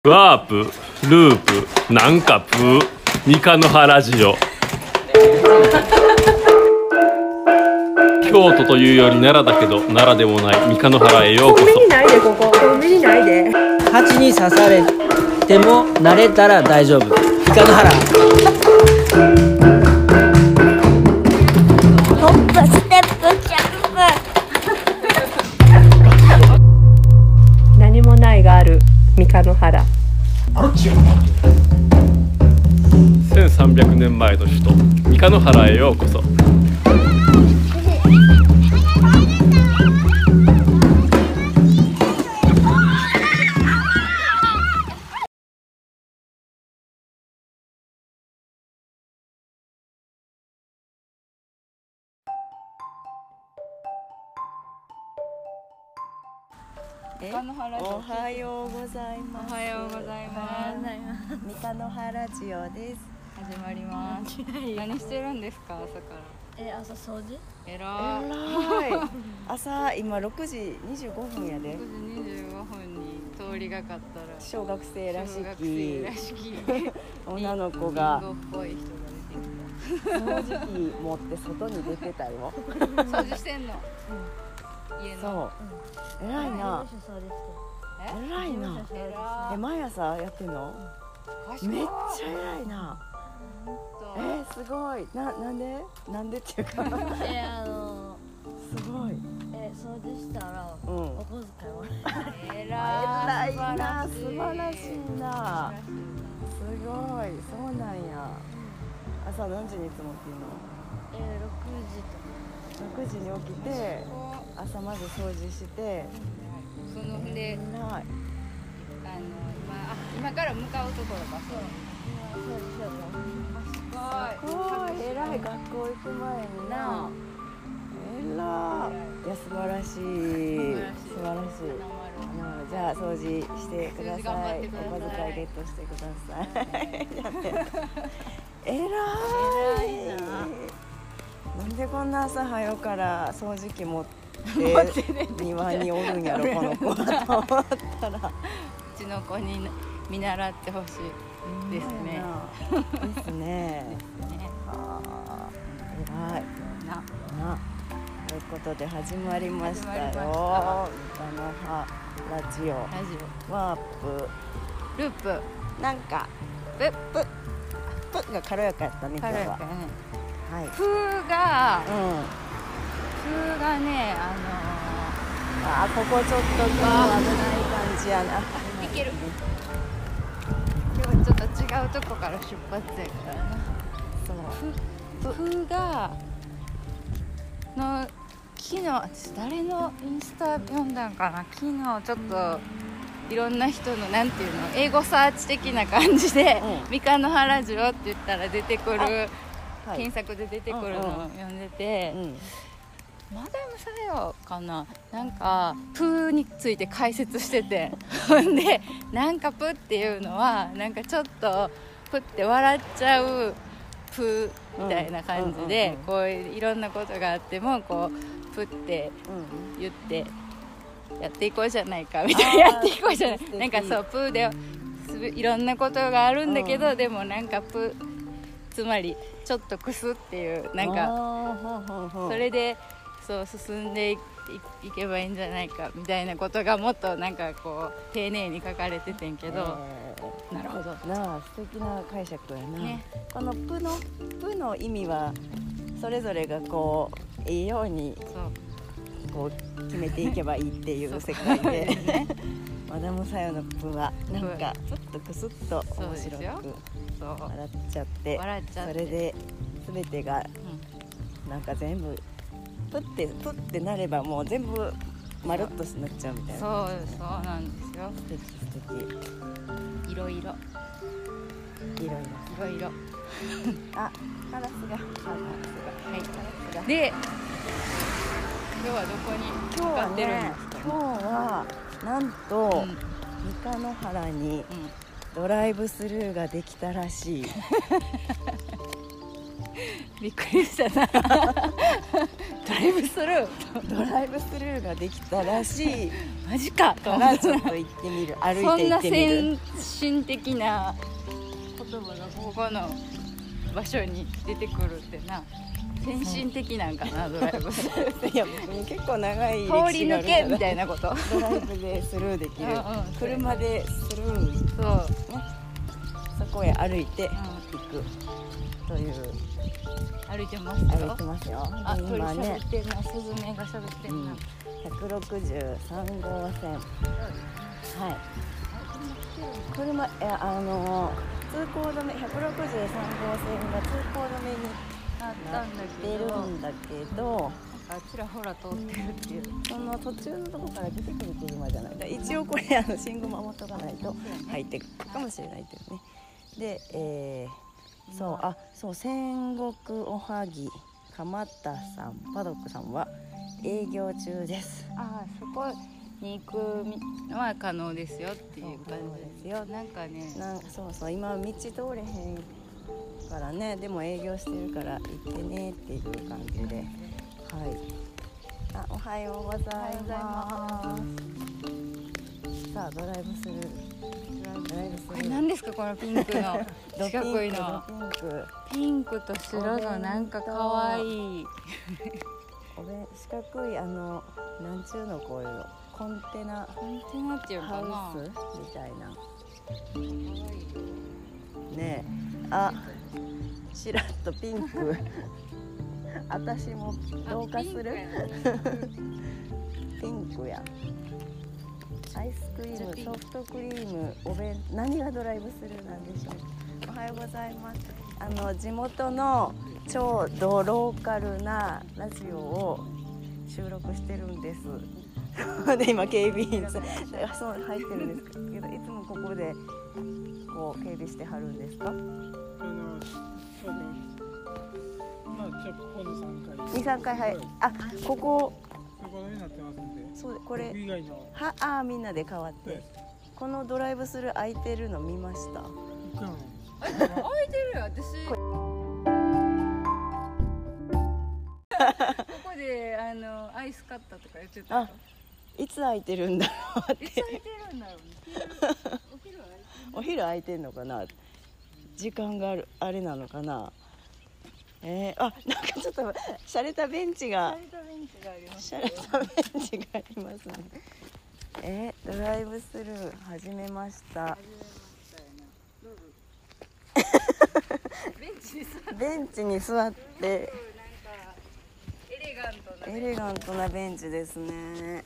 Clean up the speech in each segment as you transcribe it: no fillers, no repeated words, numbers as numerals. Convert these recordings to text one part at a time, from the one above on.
ワープ、ループ、なんかプー、三日の原ラジオ。京都というより奈良だけど奈良でもない三日の原へようこそ。 コンビニないで、ここコンビニないで。 蜂に刺されても慣れたら大丈夫。三日の原。 ホップステップジャン何もないがある三日の原。 1300年前の首都三日の原へようこそ。 おはようございます。 おはようございます。 三日の原ジオです。 始まります。何してるんですか、朝から。 朝掃除？ ええららい。朝今6時25分やで。 6時25分に通りがかったら小学生らし小学生きらしき女の子がリンゴっぽい人が掃除機持って外に出てたよ。 出てきた。掃除してんの。家の。 そう。偉いな。 え偉いな。 偉い。 毎朝やってんの？めっちゃ偉いな。すごい。なんでっていうか。すごい。 掃除したらうん。 お小遣いもらえる。 偉い。 偉いな。素晴らしいな。すごい。そうなんや。朝何時にいつも起きるの？6時に起きて朝まず掃除してそので今から向かうところか。 すごい偉い。学校行く前にな。偉い。いや素晴らしい。素晴らしい。じゃあ掃除してください。お小遣いゲットしてください。偉い。なんでこんな朝早から掃除機持って庭におるんやろこの子はと思ったら、 うちの子に見習ってほしいですね。 ですね。偉いな。ということで始まりましたよ。三日の原ラジオ。ワープループなんかプが軽やかやったね。 軽やかね。 はい。 プーがね、 ここちょっと危ない感じやな。 いける。今日はちょっと違うとこから出発やからな。 そう。 プーがの昨日私誰のインスタ読んだんかな。昨日ちょっといろんな人のなんていうの英語サーチ的な感じで三日の原ラジオって言ったら出てくる。検索で出てくるのを読んでて、マダムさよかな、なんかプーについて解説しててでなんかプっていうのはなんかちょっとプって笑っちゃうプーみたいな感じで、こういろんなことがあってもこうプって言ってやっていこうじゃないかみたいな、やっていこうじゃない、なんかそうプーでいろんなことがあるんだけど、でもなんかプーつまりちょっとクスっていうなんかそれでそう進んでいけばいいんじゃないかみたいなことがもっとなんかこう丁寧に書かれててんけど、なるほどなあ、素敵な解釈やな、 ね、 このプの意味はそれぞれがこういいようにこう決めていけばいいっていう世界でね、マダムサヨのプはなんかプッとクスッと面白く笑っちゃってそれで全てがなんか全部プってなればもう全部まるっとなっちゃうみたいな。 そうなんですよ。 素敵。 いろいろあ、カラスがはい。で今日はどこに向かってるんですか？ 今日はなんと三日の原にドライブスルーができたらしい。 びっくりしたなドライブスルードライブスルーができたらしいマジかからちょっと行ってみる、歩そんないて行ってみる。 先進的な言葉がここの場所に出てくるってな、先進的なんかなドライブスルーいや僕も結構長い歴通り史がある抜けみたからいなことドライブでスルーできる、 うんうん車でスルー、 そうね、そこへ歩いて行くという、 歩いてます歩いよてますよ。 あ、 で鳥今ね喋ってんな、スズメが喋ってんな、 163号線、はい車通行止め163号線が通行止めにあったんだ出けどるんだけど、 あちらほら通ってるっていうその途中のとこから出てくる車じゃない。だから一応これ信号守っとかないと入ってくるかもしれないけどね。で、そう戦国おはぎ蒲田さんパドックさんは営業中です。 あそこに行くのは可能ですよっていう感じですよ。なんかね、 そう今道通れへんからね、でも営業してるから行ってねっていう感じで、はい。おはようございます。さあドライブスルー、 これ何ですかこのピンクの四角いのピンクと白のなんか可愛い四角いなんちゅうのこういうのコンテナっていうかなハウスみたいなねえ、あしらっとピンク私もどうかするピンクやアイスクリームソフトクリーム何がドライブスルーなんでしょう。おはようございます。地元の超ドローカルなラジオを収録してるんですで今警備員さんそう入ってるんですけど、いつもここでこう警備してはるんですか。2,3回はいあここになってますんで、 そうこれ以外のみんなで変わって、このドライブスルー空いてるの見ました。 開いてるよ私ここでアイス買ったとか言ってた。 いつ空いてるんだろうって。 いつ空いてるんだろうね。 お昼空いてんのかな。時間があれなのかな。なんかちょっと洒落たベンチがありますね。ドライブスルー始めました。ベンチに座ってエレガントなベンチですね。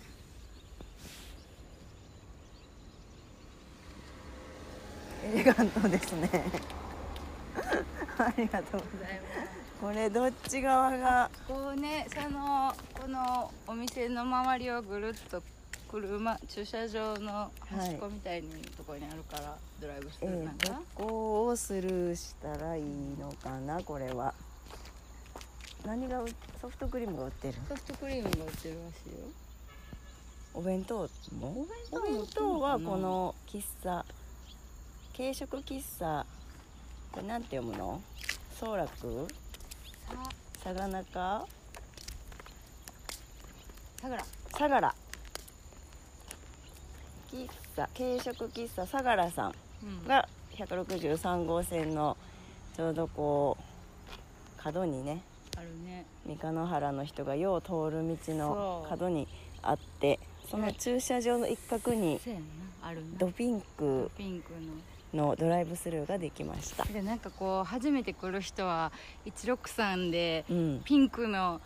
エレガントですねありがとうございます。これどっち側がこうね、このお店の周りをぐるっと駐車場の端っこみたいなところにあるから、ドライブスルーなんか、 どこをスルーしたらいいのかな。これは何がソフトクリームが売ってる。 ソフトクリームが売ってるらしいよ。 お弁当もお弁当はこの喫茶軽食喫茶、これなんて読むの。総楽相良中相良喫茶軽食喫茶相良さんが163号線のちょうどこう角にねあるね。 三日野原の人がよう通る道の角にあって、その駐車場の一角にドピンクのドライブスルーができました。 でなんかこう初めて来る人は163で、ピンクの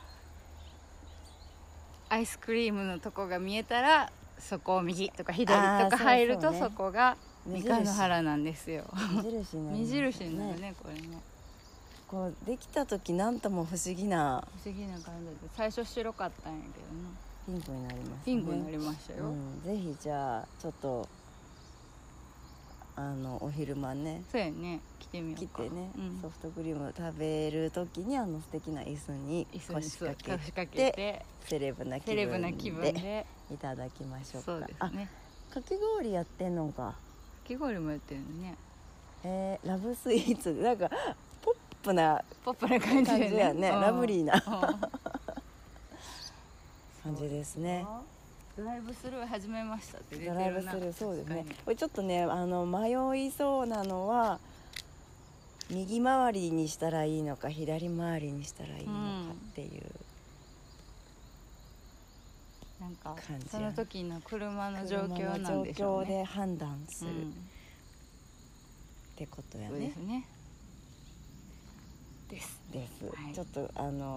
アイスクリームのとこが見えたらそこを右とか左とか入ると、そこが三日野原なんですよ。目印になるね、これね。 こうできた時なんとも不思議な感じで、最初白かったんやけどな、 ピンクになりましたね。 ピンクになりましたよ。 ぜひじゃあちょっとお昼間ね、 そうやね、来てみようか。 来てね、ソフトクリームを食べる時に素敵な椅子に腰掛けてセレブな気分でいただきましょうか。 そうですね。 かき氷やってんのか。 かき氷もやってるのね。 ラブスイーツなんかポップなポップな感じ感じやね、ラブリーなうん感じですね。 ドライブスルー始めましたって出てるドな。 ライブスルー、そうですね確かに。 これちょっとね迷いそうなのは右回りにしたらいいのか左回りにしたらいいのかっていう、 なんか感じやその時の車の状況なんでしょうね。 車の状況で判断するっうんてことやねそうです。ね。です。 です、 はいちょっと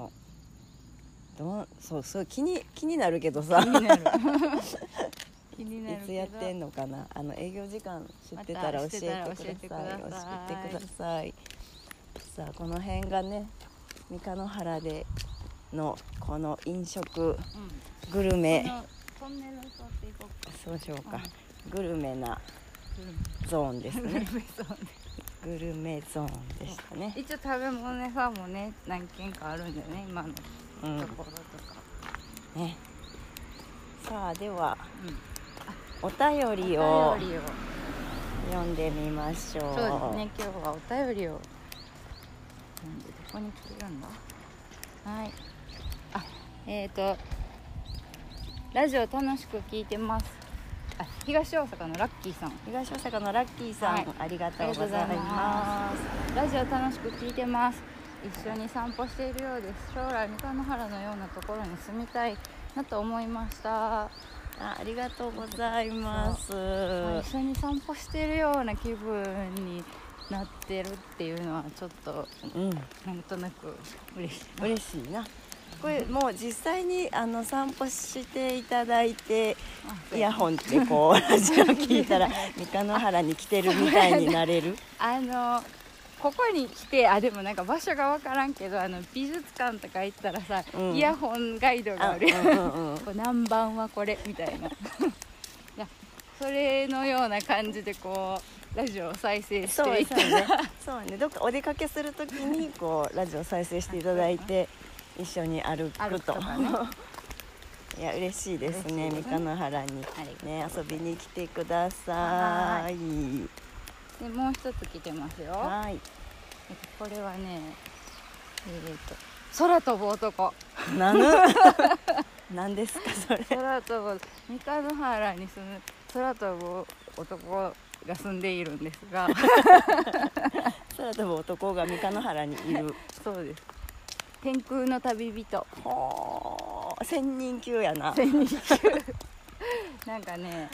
そう気になるけどさ気になる。気になるけど。 いつやってんのかな。営業時間知ってたら教えてください。教えてください。さあこの辺がね三日野原でのこの飲食グルメ、 トンネルを通っていこうか。 そうしようか、グルメなゾーンですね。グルメゾーンでしたね。 一応食べ物屋さんもね何軒かあるんだよね今のところとか。 ね。さあでは、 うん、 お便りを読んでみましょう。 そうですね、今日はお便りをなんでどこに来てるんだ。はい、ラジオ楽しく聞いてます。東大阪のラッキーさん。 東大阪のラッキーさん、 はい、 ありがとうございます。 ラジオ楽しく聞いてます。一緒に散歩しているようです。将来三日野原のようなところに住みたいなと思いました。 ありがとうございます。 一緒に散歩しているような気分になってるっていうのはちょっと、なんとなく嬉しいな。 これもう実際に散歩していただいてイヤホンってこうラジオ聞いたら三日野原に来てるみたいになれる。 ここに来てでもなんか場所が分からんけど美術館とか行ったらさ、イヤホンガイドがあるやん。何番はこれみたいなそれのような感じでこうラジオを再生していたそうね、どっかお出かけするときにこうラジオ再生していただいて一緒に歩くといや嬉しいですね。三日野原にね遊びに来てください。 でもう一つ来てますよ。 はい。 これはね、空飛ぶ男。 何ですかそれ。 空飛ぶ三日野原に住む空飛ぶ男が住んでいるんですが空飛ぶ男が三日野原にいる。 そうです。天空の旅人。 千人級やな。 千人級なんかね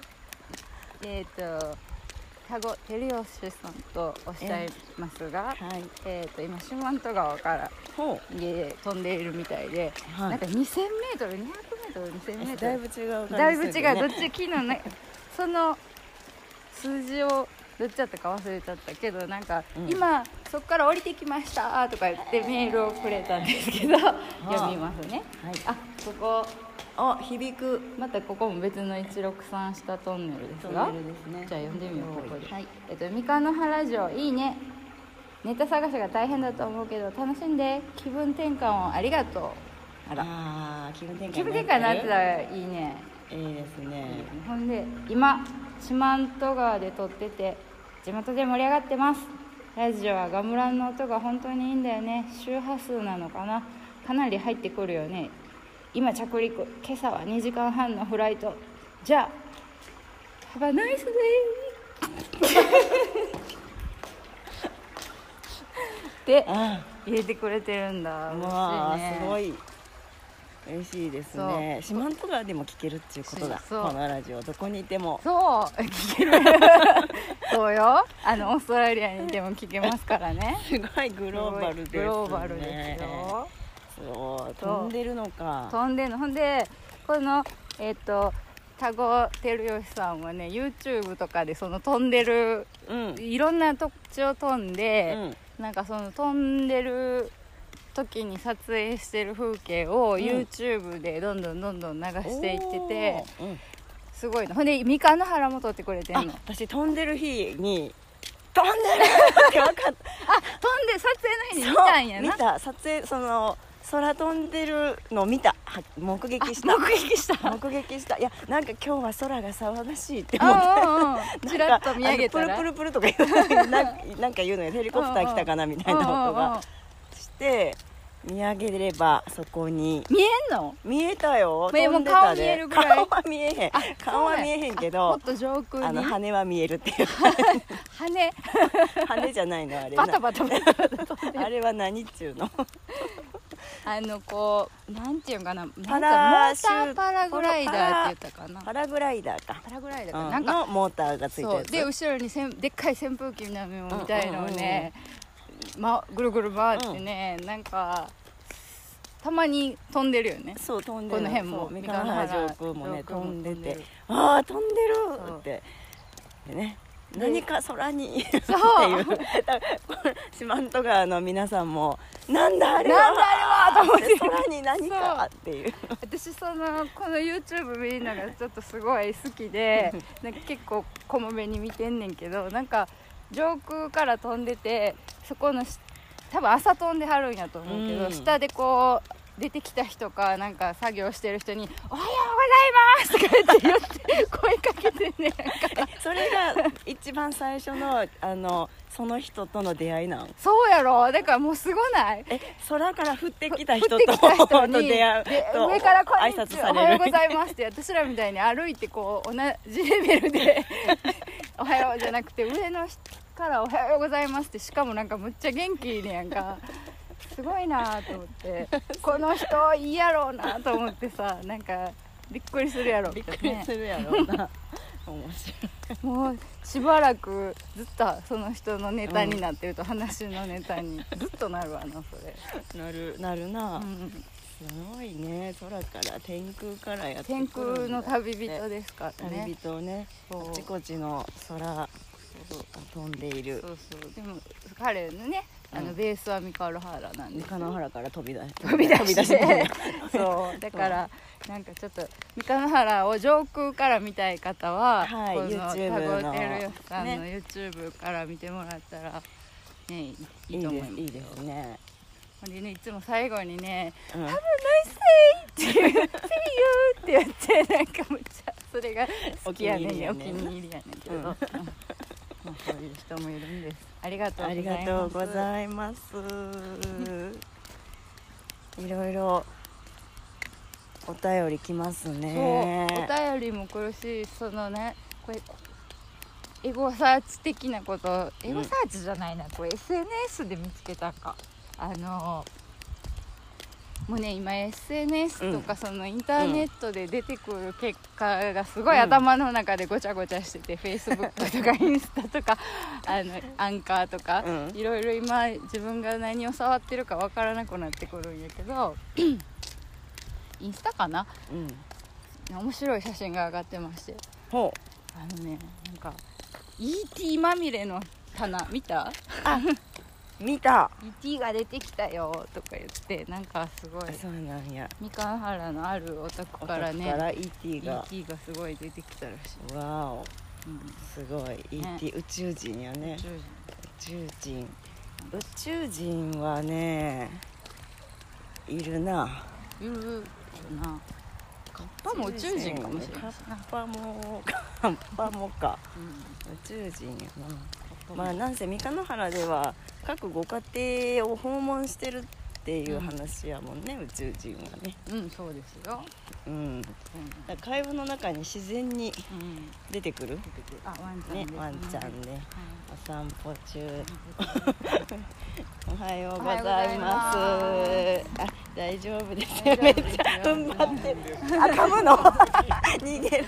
田子照吉さんとおっしゃいますが、今四万十川から飛んでいるみたいで、なんか 2000m、200m、2000m だいぶ違う感じ、 だいぶ違う。どっち昨日ねその数字をどっちだったか忘れちゃったけど、なんか、今そこから降りてきましたとか言ってメールをくれたんですけど、読みますね。ここ響く。 またここも別の163下トンネルですが、じゃあ読んでみよう。ここで、三日野原城いいね。ネタ探しが大変だと思うけど楽しんで。気分転換をありがとう。 気分転換になってたらいいね。 いいですね。 ほんで今四万十川で撮ってて地元で盛り上がってます。ラジオはガムランの音が本当にいいんだよね。周波数なのかな、かなり入ってくるよね。今着陸、今朝は2時間半のフライト。じゃあハバナイスデーって入れてくれてるんだ。 すごい嬉しいですね。四万十川でも聞けるっていうことだ。このラジオどこにいても聞けるそうよ。オーストラリアにいても聞けますからね。 すごいグローバルですね。 グローバルですよ。 飛んでるのか。 飛んでるの。ほんでこの田子照吉さんはね YouTube とかでその飛んでる、いろんな土地を飛んで、なんかその飛んでる時に撮影してる風景を YouTube でどんどん流していってて、すごいの。ほんで三日野原も撮ってくれてんの。 私飛んでる日に飛んでるって分かった。 飛んで撮影の日に見たんやな。 見た。撮影空飛んでるの見た。目撃した。目撃した。いやなんか今日は空が騒がしいって思って。 ちらっと見上げたらプルプルとか言うなんか言うのよ。ヘリコプター来たかなみたいな音がして見上げればそこに見えんの？ 見えたよ。 もう顔見えるぐらい。 顔は見えへん。顔は見えへんけどもっと上空に羽は見えるっていう。羽じゃないのあれ。 バタバタバタバタ飛んでる。 あれは何っちゅうの？ こうなんていうのかな、 パラシュートパラグライダーって言ったかな。 パラグライダーか。 パラグライダーか、 なんかのモーターがついてるやつ。 で後ろにでっかい扇風機みたいなのをね、ぐるぐる回ってね、なんかたまに飛んでるよね。 そう飛んでる。 この辺も三河原上空もね飛んでて、ああ飛んでるってでね。何か空にっていう四万十川の皆さんもなんだあれはと思って空に何かっていう。 私この YouTube 見るのがちょっとすごい好きでなんか結構こまめに見てんねんけど、なんか上空から飛んでてそこの多分朝飛んではるんやと思うけど、下でこう出てきた人かなんか作業してる人に「おはようございます」とか言って声かけてね。 それが一番最初のその人との出会いなん？ そうやろ。だからもうすごない？ 空から降ってきた人とに出会うと上からこんにちは、 挨拶される。 おはようございますって私らみたいに歩いてこう同じレベルでおはようじゃなくて上の人からおはようございますって、しかもなんかむっちゃ元気いいねやんか。すごいなと思ってこの人いいやろうなと思ってさ、なんかびっくりするやろって、ね、 びっくりするやろうな。面白い。 もうしばらくずっとその人のネタになってると、話のネタにずっとなるわなそれ。 なるな、すごいね。空から天空からやってくるんだ。 天空の旅人ですからね。 旅人ね。あちこちの空飛んでいる。 そうそう。でも彼のねベースは三河原なんで、 三河原から飛び出してそうだからなんかちょっと三河原を上空から見たい方は、 はい、 この YouTube のタゴテルヨさんの YouTube から見てもらったらねいいと思います。 いいですね。 ほんでね、いつも最後にね「 うん、 Have a nice day!」って言う「See you!」って言ってなんかむっちゃそれが好きやねん、お気に入りやねんけど、そういう人もいるんです。ありがとうございます。 いろいろお便り来ますね。 そうお便りも来るし、そのねこれエゴサーチ的なこと、エゴサーチじゃないな、これ SNS で見つけたか、もうね今 SNS とかそのインターネットで出てくる結果がすごい頭の中でごちゃごちゃしてて、Facebook とかインスタとかアンカーとか、いろいろ今自分が何を触ってるかわからなくなってくるんやけどインスタかな、面白い写真が上がってまして、 ほなんか ET まみれの棚見た？ 見た。 ET が出てきたよとか言って、なんかすごいそうなんや。 三河原のあるお宅からね ET がすごい出てきたらしい。 わお、すごい ET、宇宙人やね。宇宙人はねいるな。 いるな。カッパも宇宙人かもしれない。 カッパもか、宇宙人やな。まあなんせ三河原では各ご家庭を訪問してるっていう話やもんね、宇宙人はね。 そうですよ。 だから会話の中に自然に出てくる。 ワンちゃんね、ワンちゃんね、お散歩中おはようございます。大丈夫ですよ。めっちゃ踏ん張ってる。噛むの逃げろ。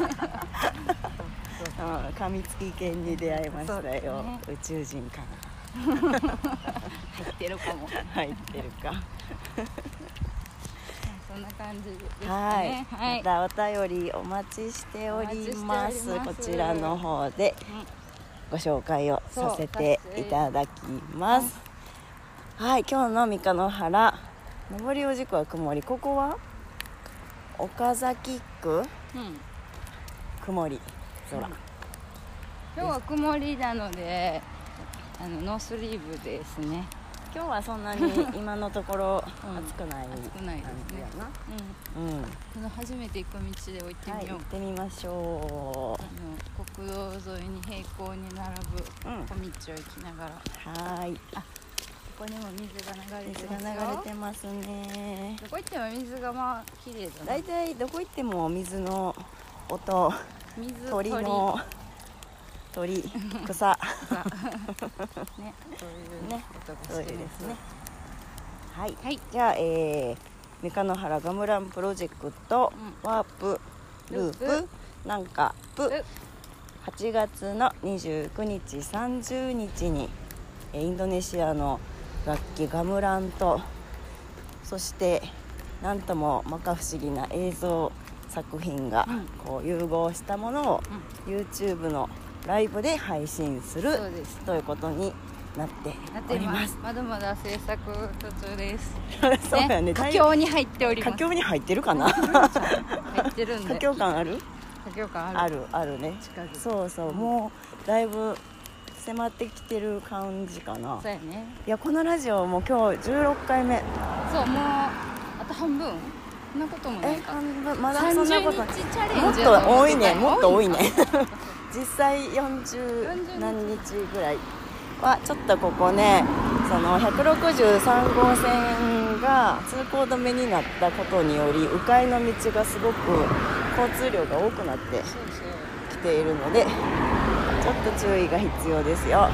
噛みつき犬に出会いましたよ、宇宙人かな。 入ってるかも。 入ってるか。 そんな感じですね。 はい、またお便りお待ちしております。こちらの方でご紹介をさせていただきます。はい、今日の三河原、上りお時は曇り。ここは岡崎区、曇り空。 今日は曇りなのでノースリーブですね。 今日はそんなに今のところ暑くない暑くないですね。 感じやな。 その初めて行く道で置いてはい、 みよう。 行ってみましょ国道沿いに平行に並ぶ小道を行きながら、 う。はい。 ここにも水が流れて水がますよ。 流れてますね。 どこ行っても水がまあ綺麗だだいね。 たいどこ行っても水の音、 水鳥の鳥、草。 ね、そういうねことがそうしてまですね。はい。 はい。 じゃあ、三日野原ガムランプロジェクト、ワープループなんかプ8月の29日30日にインドネシアの楽器ガムランと、そしてなんとも摩訶不思議な映像作品がこう融合したものを YouTube のライブで配信するそうです。 ということになってなっていま。 おりますす。 まだまだ制作途中です。 そうやね。 佳境に入っております。 佳境に入ってるかな。 入ってるんで。 佳境感ある？ 佳境感ある。 あるね。 近づく。 そうそう、もうだいぶ迫ってきてる感じかな。 そうやね。 いや、このラジオも今日16回目。 そう、もうあと半分。そんなこともないか。 半分まだそんなこと。も 30日チャレンジっと多いね。もっと多いね。 多い実際40何日ぐらいはちょっとここね、その163号線が通行止めになったことにより迂回の道がすごく交通量が多くなってそうそう。 きているので、ちょっと注意が必要ですよ。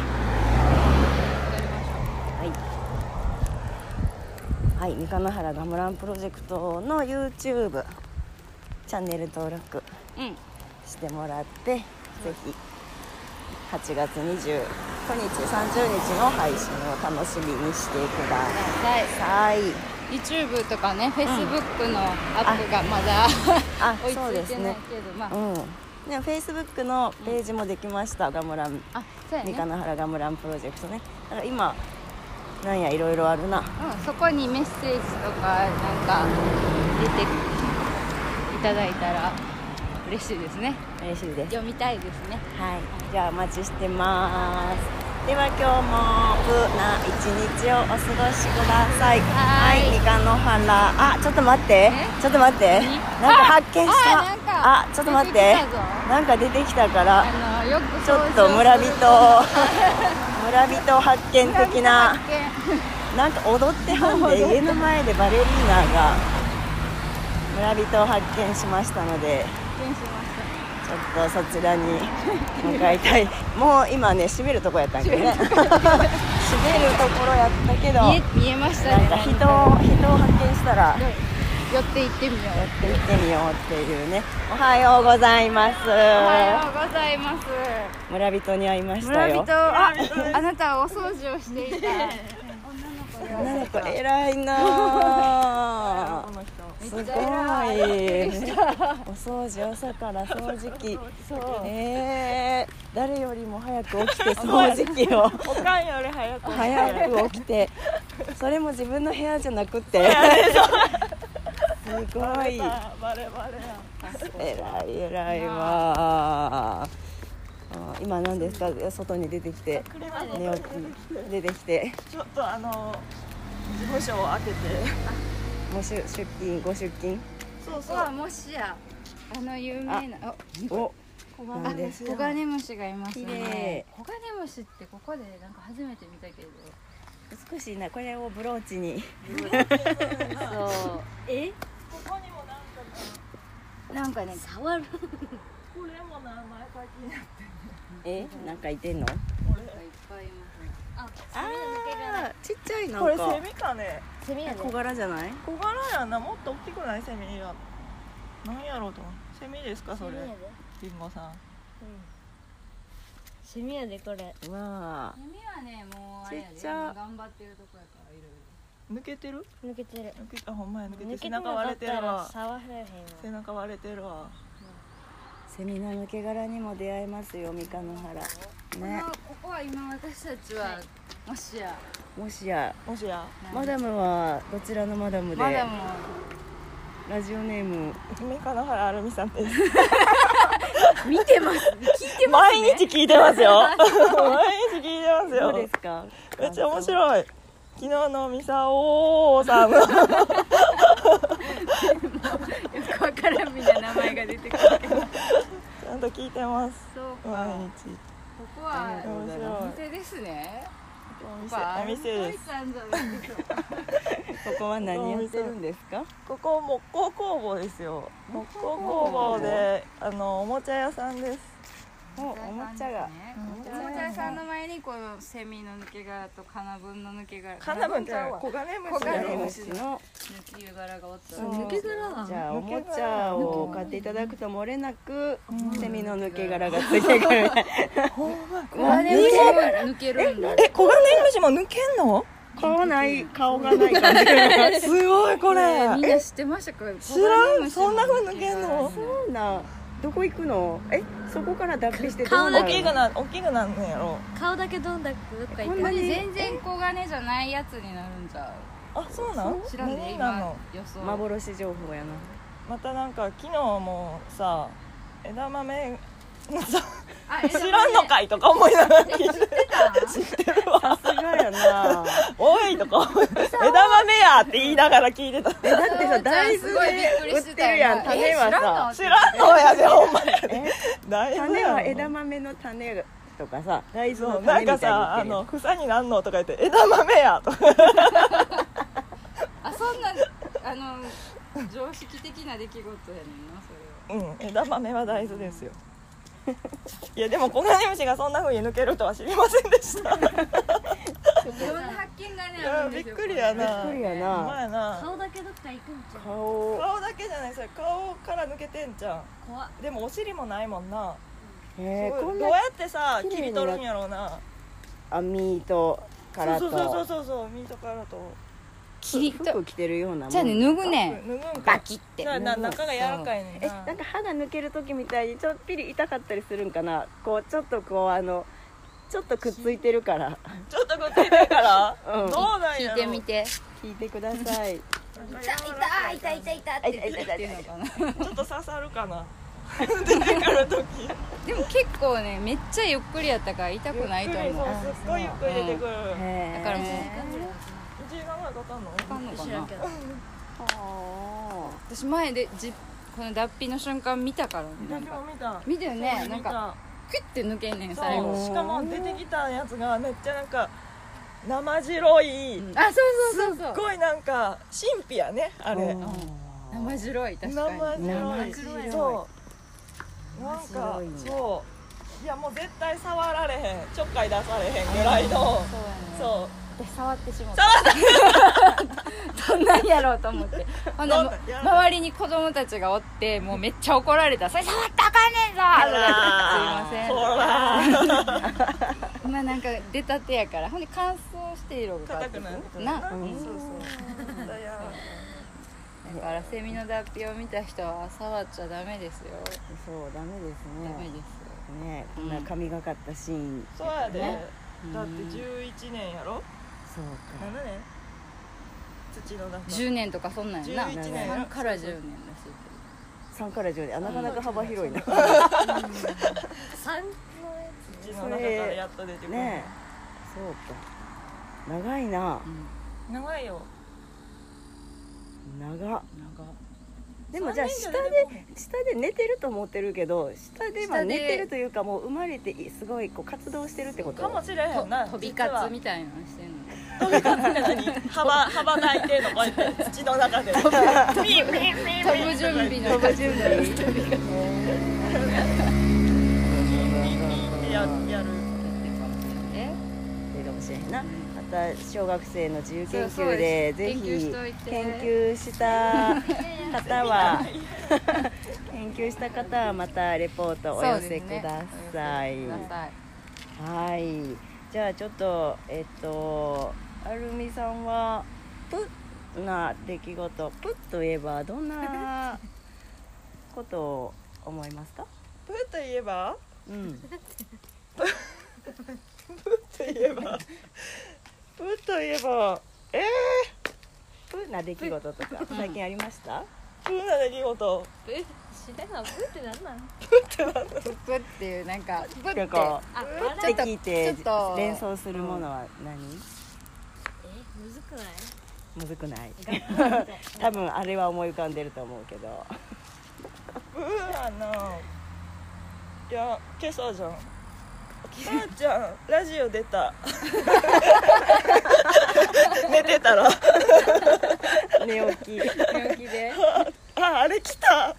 はい、三日野原ガムランプロジェクトの YouTube チャンネル登録うん。 してもらって、ぜひ8月29日30日の配信を楽しみにしてください。 YouTube とかね、Facebook のアップがまだあ、 追いつそうですね。 いてないけど、まあ、 でも Facebook のページもできました。ガムラン、 あ、そうやね。 三日野原ガムランプロジェクトね。だから今なんやいろいろあるな。 そこにメッセージとかなんか出ていただいたら嬉しいですね。 嬉しいです。 読みたいですね。 はい、じゃあお待ちしてます。では今日も無な一日をお過ごしください。はい、三日野原。あ、ちょっと待って。ちょっと待って。なんか発見した。あ、ちょっと待って。なんか出てきたから。 よくちょっと村人発見的な。なんか踊ってはんで家の前でバレリーナが村人を発見しましたので。ちょっとそちらに向かいたい。もう今ね、閉めるとこやったんけどね。閉めるところやったけど、 見えましたね。 なんか人を発見したら寄って行ってみよう。 寄って行ってみようっていうね。おはようございます。 おはようございます。 村人に会いましたよ。 村人、あなたはお掃除をしていた女の子偉いなぁ。すごい。お掃除朝から掃除機。誰よりも早く起きて掃除機を。 おかんより早く起きて。それも自分の部屋じゃなくて。すごい。 バレバレや。 偉いわ。今何ですか、外に出てきて寝起き出てきてちょっと事務所を開けてもう出勤ご出勤。 そうもしや有名な何ですコガネムシがいます綺麗。 ね。コガネムシってここでなんか初めて見たけど、 美しいな。これをブローチに。 そうここにもなんかね触る。 これも名前書きになってなんかいてんの？ いっぱいいますね。 ちっちゃいなんこれかセミかね。 セミやね。 小柄じゃない？ 小柄やな。もっと大きくないセミや。なんやろうと。セミですかそれ。リンゴさん。 セミやでこれ。 うわセミはねもうあれやでちっちゃ頑張ってるとこやからいろいろ。 抜けてる？ 抜けてる。 あ、ほんまや抜けてる。背抜けてなか中割れってたらるわ。 触らへんわ。 背中割れてるわ。 セミの抜け殻にも出会えますよ、三日野原ね。 ここは今私たちはもしやもしやもしやマダムはどちらのマダムで？ まだもラジオネーム三日野原アルミさんです。 見てます聞いてますね。 毎日聞いてますよ。毎日聞いてますよ。 どうですか？ めっちゃ面白い。 昨日のミサオさんのよくわからんみんな名前が出てくるけどちゃんと聞いてますそうか毎日ここは面白いお店ですねお店ですさんじゃないけどここは何やってるんですか？ ここ木工工房ですよ。木工工房でおもちゃ屋さんです。 おもちゃがおもちゃ屋さんの前にこのセミの抜け殻とカナブンの抜け殻カナブンちゃんはコガネムシコガネやろムシの抜き殻がおった抜け殻なの。 じゃあおもちゃを買っていただくと漏れなくセミの抜け殻がついてくる。 コガネムシも抜けるんだコガネムシも抜けんの？ 顔がない感じがすごいこれ。 みんな知ってましたか？ 知らん。そんな風抜けんの？ そうな。どこ行くの？そこから脱皮して顔だ大きくなんねやろ。 顔だけどっか行ってこれ全然コガネじゃないやつになるんじゃう？ あ、そうなん？ 知らんで何なの？ 今予想幻情報やな。 またなんか昨日もさ枝豆のさあ知らんのかいとか思いながら聞いて知ってた？ 知ってるわ。 さすがやな。 おいとか枝豆やって言いながら聞いてた。 だってさ大豆すごいびっくりで売ってしてたよるやん。種はさ知らんのやでほんまに。大豆種はや枝豆の種とかさ大豆そうの種みたいになんかさ売ってるやん。 房になんのとか言って枝豆やとかあそんな常識的な出来事やねんなそれは。 枝豆は大豆ですよ。いやでもコガネムシがそんな風に抜けるとは知りませんでした。 いろんな発見がねあるんですよ。 びっくりやな。 びっくりやなほんまやな。 顔だけどっか行くんちゃう。 顔顔だけじゃないですよ。顔から抜けてんじゃん。 怖っ。 でもお尻もないもんな。 こんなどうやってさ切り取るんやろうな。 網と殻とそうミートからと。 切りと服着てるようなもん。 じゃあね脱ぐねん脱ぐんかバキって中が柔らかいねんな。 なんか歯が抜ける時みたいにちょっぴり痛かったりするんかな。こうちょっとこうちょっとくっついてるからちょっとこっちいてるから。 うんどうなん聞いやろ。 てみて。 聞いてください。 痛いって言ってるのかな。 ちょっと刺さるかな。出てくる時。 でも結構ねめっちゃゆっくりやったから痛くないと思う。 そうすっごいゆっくり出てくる。 だからもう 1時間ぐらいかかんの？ わかんのかな。 知らんけど。 私前でこの脱皮の瞬間見たからね。なんか見たよね。なんかクイッて抜けんねん最後。 しかも出てきたやつがめっちゃなんか生白い、 あそうすっごいなんか神秘やねあれ。 生白い確かに。 生白い。そうなんかそういやもう絶対触られへんちょっかい出されへんぐらいのそう私触ってしまったどんなんやろうと思ってほんで周りに子供たちがおってもうめっちゃ怒られた「それ触ったらあかんねんぞ!」とか言って「すいません」まあなんか出たてやからほんで乾燥して色が硬くなるなそうだからセミの脱皮を見た人は触っちゃダメですよ。 そうダメですね。 ダメですねこんな神がかったシーン。 そうやでだって11年やろそうか。 7年土の中 10年とかそんなんやな 11年 3から10年らしい 3から10でなかなか幅広いな。 土の中からやっと出てくるねそうか。長いな。 長いよ長。でもじゃあ下で寝てると思ってるけど下でまあ寝てるというかもう生まれてすごいこう活動してるってことかもしれへんな飛び活みたいなのしてんの。 飛び活って何羽ばたいてんのこうやって土の中でピンピンピン飛ぶ準備のやるかもしれんな。また小学生の自由研究でぜひ研究した方は研究した方はまたレポートお寄せください。はい。じゃあちょっとアルミさんはプッな出来事プッといえばどんなことを思いますか？ プーといえばうんプーといえばププな出来事とか最近ありました？ プーな出来事知らんがプってなんなん？ プっていうなんかプってなんかあ、 プって聞いてちょっと連想するものは何？ むずくない？ むずくない多分あれは思い浮かんでると思うけど。 いや今朝じゃん。ばあちゃんラジオ出た寝てたら寝起きであれ来た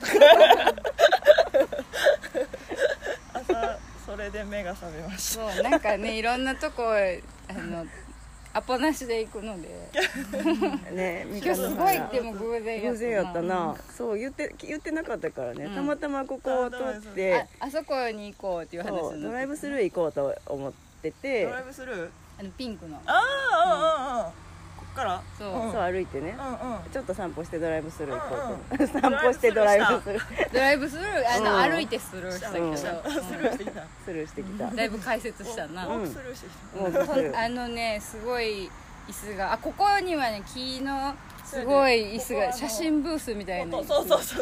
朝それで目が覚めました。 そうなんかねいろんなとこアポなしで行くのでね、 今日すごいでも偶然やったな。そう言ってなかったからね、たまたまここを通ってあそこに行こうっていう話ドライブスルー行こうと思ってて、 ドライブスルーピンクのこっからそう歩いてね、ちょっと散歩してドライブスルー行こうと。散歩してドライブスルードライブスルー歩いてスルーしたけどスルーしてきた。 スルーしてきた。 だいぶ解説したな。 スルーしてきた。ねすごい椅子がここにはね木のすごい椅子が写真ブースみたいな。 そうインス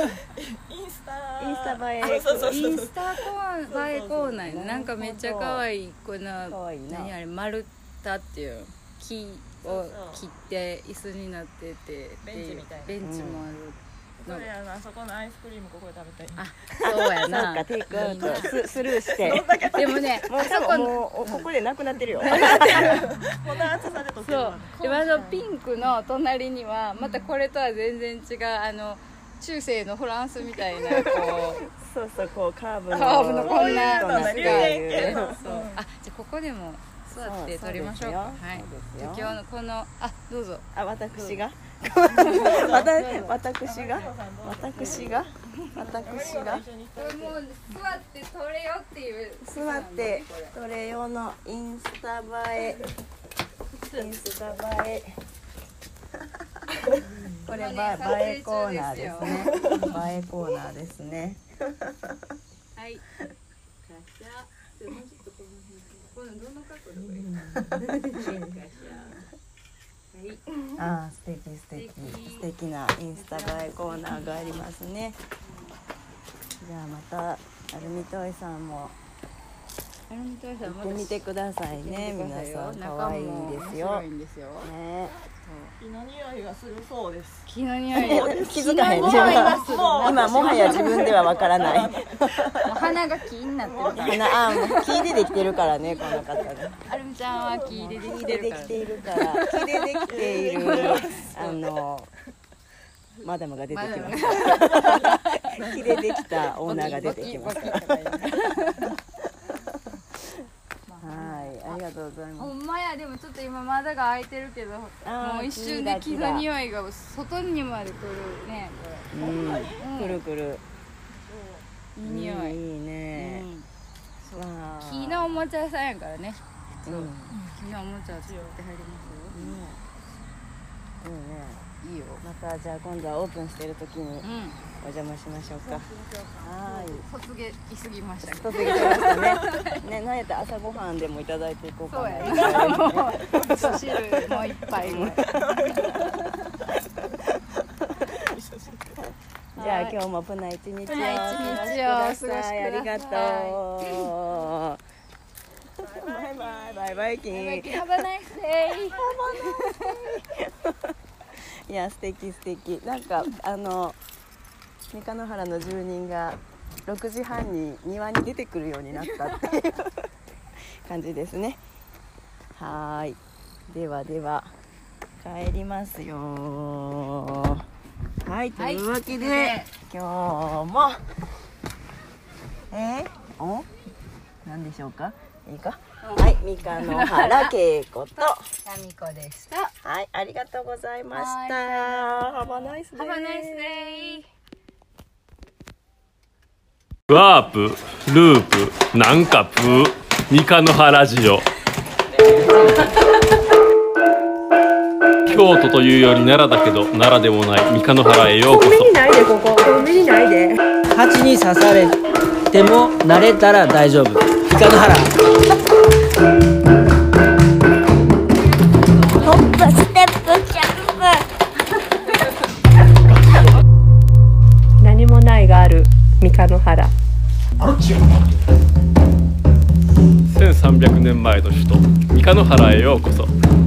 タ映えインスタ映えコーナーなんかめっちゃ可愛いこの何あれ丸太っていう木を切って椅子になっててベンチみたいなベンチもある。 それやな、そこのアイスクリームここで食べたい。 あ、そうやな。 そうか、テイクアウトスルーして。 でもね、 もうここでなくなってるよ。 こんな暑さでとってる。 そう。でピンクの隣にはまたこれとは全然違う中世のフランスみたいなこう。 そうこうカーブのこんなのがある。そう。あ、じゃあここでも座って撮りましょうか。はい。今日のこのどうぞ。 私が。私がもう座って撮れよっていう座って撮れよのインスタ映えこれ映えコーナーですね。映えコーナーですね。 はい。このどの角度がいい？ 素敵なインスタ映えコーナーがありますね。じゃあまたアルミトイさんも行ってみてくださいね。皆さん可愛いですよ。ね。 木の匂いがするそうです。 木の匂い気づかへん。今もはや自分ではわからない。 鼻が木になってるから。 木でできてるからね、この方ね。 アルミちゃんは木でできてるから。 木でできているマダムが出てきます。木でできたオーナーが出てきます。はい、ありがとうございます。 ほんまや、でもちょっと今窓が開いてるけど、もう一瞬で木の匂いが外にまで来るね、これ。 くる。 いい匂い。 いいね。 木のおもちゃ屋さんやからね。木のおもちゃを作ってはりますよ。いいよ。 またじゃあ今度はオープンしてる時にお邪魔しましょうか。はい。 卒業しすぎました。 卒業しましたね。ね、なんやったら朝ごはんでもいただいていこうかな。 そうやな。もう味噌汁もう一杯ぐらい。 じゃあ今日もプナ一日をお過ごしください。ありがとう。バイバイキン。 Have a nice day。 いや素敵。なんか三日野原の住人が6時半に庭に出てくるようになったっていう感じですね。はい。では帰りますよ。はい、というわけで、今日も何でしょうか？いいか？はい、三日野原恵子とタミコでした。 はい、ありがとうございました。Have a nice day。 ワープ、ループ、なんかプー、三日野原ジオ。京都というより奈良だけど奈良でもない三日野原へようこそ。 コンビニないで、ここコンビニないで。 蜂に刺されても慣れたら大丈夫。三日野原。 ホップステップジャンプ。 何もないがある三日野原。 1300年前の首都三日野原へようこそ。